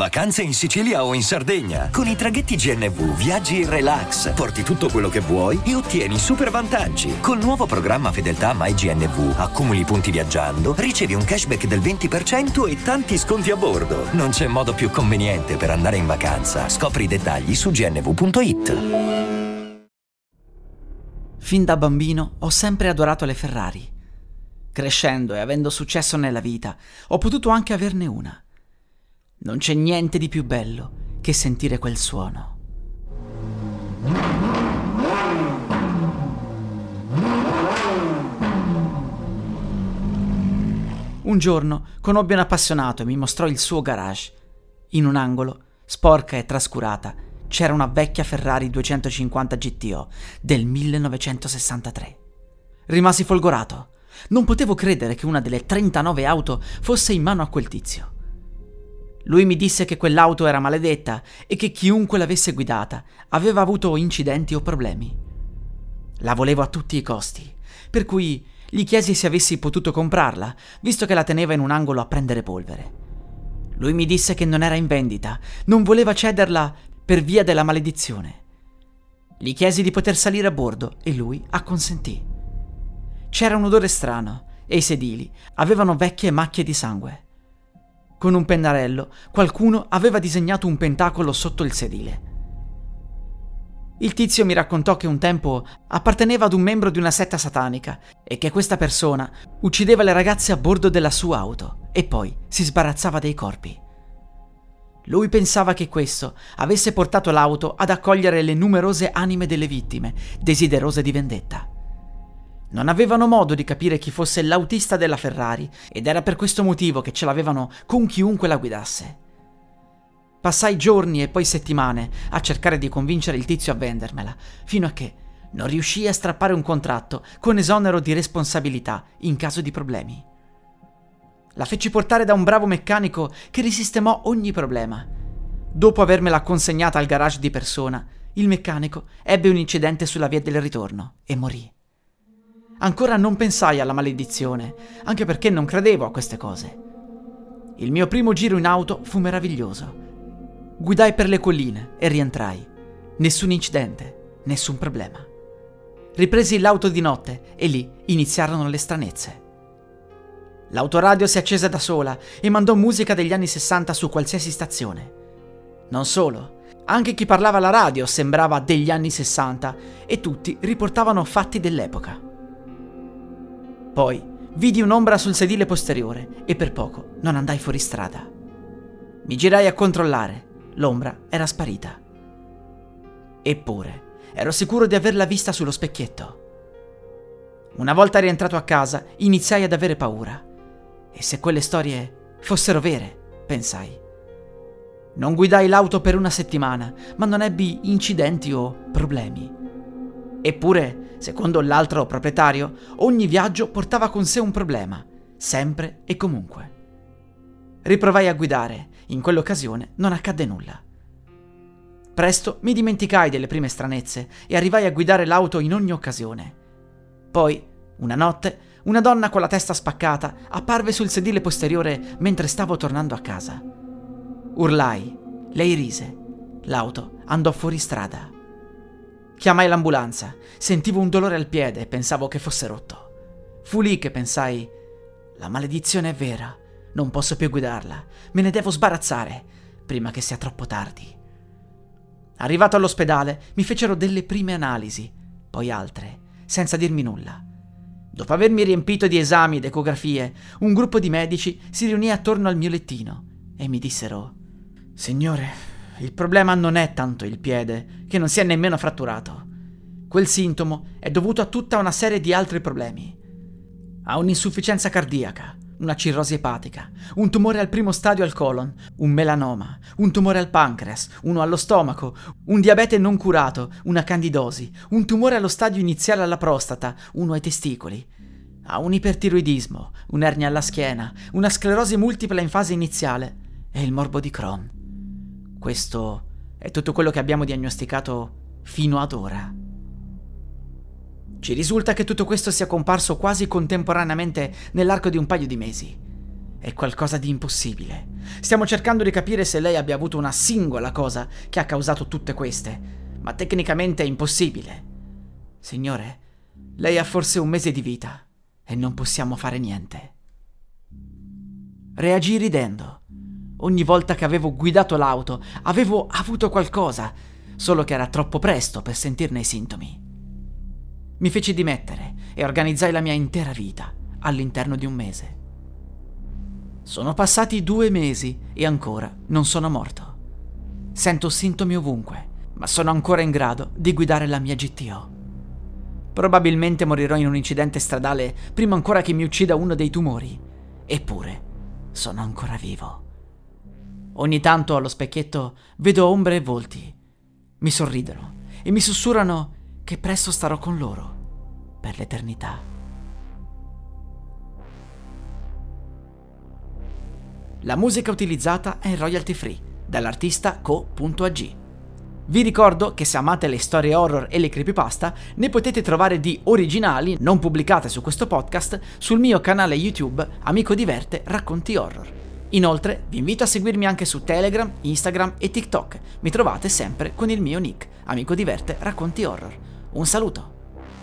Vacanze in Sicilia o in Sardegna. Con i traghetti GNV viaggi in relax, porti tutto quello che vuoi e ottieni super vantaggi. Col nuovo programma Fedeltà MyGNV accumuli punti viaggiando, ricevi un cashback del 20% e tanti sconti a bordo. Non c'è modo più conveniente per andare in vacanza. Scopri i dettagli su gnv.it. Fin da bambino ho sempre adorato le Ferrari. Crescendo e avendo successo nella vita, ho potuto anche averne una. Non c'è niente di più bello che sentire quel suono. Un giorno conobbi un appassionato e mi mostrò il suo garage. In un angolo, sporca e trascurata, c'era una vecchia Ferrari 250 GTO del 1963. Rimasi folgorato. Non potevo credere che una delle 39 auto fosse in mano a quel tizio. Lui mi disse che quell'auto era maledetta e che chiunque l'avesse guidata aveva avuto incidenti o problemi. La volevo a tutti i costi, per cui gli chiesi se avessi potuto comprarla, visto che la teneva in un angolo a prendere polvere. Lui mi disse che non era in vendita, non voleva cederla per via della maledizione. Gli chiesi di poter salire a bordo e lui acconsentì. C'era un odore strano e i sedili avevano vecchie macchie di sangue. Con un pennarello qualcuno aveva disegnato un pentacolo sotto il sedile. Il tizio mi raccontò che un tempo apparteneva ad un membro di una setta satanica e che questa persona uccideva le ragazze a bordo della sua auto e poi si sbarazzava dei corpi. Lui pensava che questo avesse portato l'auto ad accogliere le numerose anime delle vittime, desiderose di vendetta. Non avevano modo di capire chi fosse l'autista della Ferrari ed era per questo motivo che ce l'avevano con chiunque la guidasse. Passai giorni e poi settimane a cercare di convincere il tizio a vendermela, fino a che non riuscii a strappare un contratto con esonero di responsabilità in caso di problemi. La feci portare da un bravo meccanico che risistemò ogni problema. Dopo avermela consegnata al garage di persona, il meccanico ebbe un incidente sulla via del ritorno e morì. Ancora non pensai alla maledizione, anche perché non credevo a queste cose. Il mio primo giro in auto fu meraviglioso. Guidai per le colline e rientrai. Nessun incidente, nessun problema. Ripresi l'auto di notte e lì iniziarono le stranezze. L'autoradio si accese da sola e mandò musica degli anni 60 su qualsiasi stazione. Non solo, anche chi parlava alla radio sembrava degli anni 60 e tutti riportavano fatti dell'epoca. Poi vidi un'ombra sul sedile posteriore e per poco non andai fuori strada. Mi girai a controllare, l'ombra era sparita. Eppure ero sicuro di averla vista sullo specchietto. Una volta rientrato a casa iniziai ad avere paura. E se quelle storie fossero vere, pensai. Non guidai l'auto per una settimana, ma non ebbi incidenti o problemi. Eppure, secondo l'altro proprietario, ogni viaggio portava con sé un problema, sempre e comunque. Riprovai a guidare, in quell'occasione non accadde nulla. Presto mi dimenticai delle prime stranezze e arrivai a guidare l'auto in ogni occasione. Poi, una notte, una donna con la testa spaccata apparve sul sedile posteriore mentre stavo tornando a casa. Urlai, lei rise, l'auto andò fuori strada. Chiamai l'ambulanza, sentivo un dolore al piede e pensavo che fosse rotto. Fu lì che pensai, la maledizione è vera, non posso più guidarla, me ne devo sbarazzare, prima che sia troppo tardi. Arrivato all'ospedale, mi fecero delle prime analisi, poi altre, senza dirmi nulla. Dopo avermi riempito di esami ed ecografie, un gruppo di medici si riunì attorno al mio lettino e mi dissero: «Signore, il problema non è tanto il piede, che non si è nemmeno fratturato. Quel sintomo è dovuto a tutta una serie di altri problemi. Ha un'insufficienza cardiaca, una cirrosi epatica, un tumore al primo stadio al colon, un melanoma, un tumore al pancreas, uno allo stomaco, un diabete non curato, una candidosi, un tumore allo stadio iniziale alla prostata, uno ai testicoli. Ha un ipertiroidismo, un'ernia alla schiena, una sclerosi multipla in fase iniziale e il morbo di Crohn. Questo è tutto quello che abbiamo diagnosticato fino ad ora. Ci risulta che tutto questo sia comparso quasi contemporaneamente nell'arco di un paio di mesi. è qualcosa di impossibile. Stiamo cercando di capire se lei abbia avuto una singola cosa che ha causato tutte queste, ma tecnicamente è impossibile. Signore, lei ha forse 1 mese di vita e non possiamo fare niente. Reagì ridendo. Ogni volta che avevo guidato l'auto avevo avuto qualcosa, solo che era troppo presto per sentirne i sintomi. Mi feci dimettere e organizzai la mia intera vita all'interno di 1 mese. Sono passati 2 mesi e ancora non sono morto. Sento sintomi ovunque, ma sono ancora in grado di guidare la mia GTO. Probabilmente morirò in un incidente stradale prima ancora che mi uccida uno dei tumori. Eppure sono ancora vivo. Ogni tanto allo specchietto vedo ombre e volti. Mi sorridono e mi sussurrano che presto starò con loro per l'eternità. La musica utilizzata è royalty free dall'artista co.ag. Vi ricordo che se amate le storie horror e le creepypasta, ne potete trovare di originali non pubblicate su questo podcast sul mio canale YouTube Amico Diverte Racconti Horror. Inoltre vi invito a seguirmi anche su Telegram, Instagram e TikTok. Mi trovate sempre con il mio nick Amico Diverte Racconti Horror. Un saluto!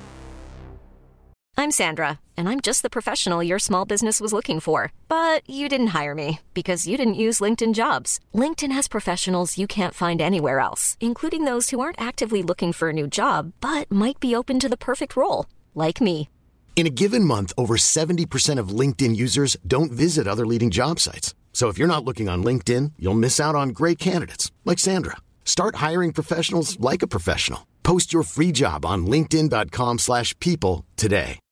I'm Sandra, and I'm just the professional your small business was looking for. But you didn't hire me because you didn't use LinkedIn Jobs. LinkedIn has professionals you can't find anywhere else, including those who aren't actively looking for a new job, but might be open to the perfect role, like me. In a given month, over 70% of LinkedIn users don't visit other leading job sites. So if you're not looking on LinkedIn, you'll miss out on great candidates like Sandra. Start hiring professionals like a professional. Post your free job on linkedin.com/people today.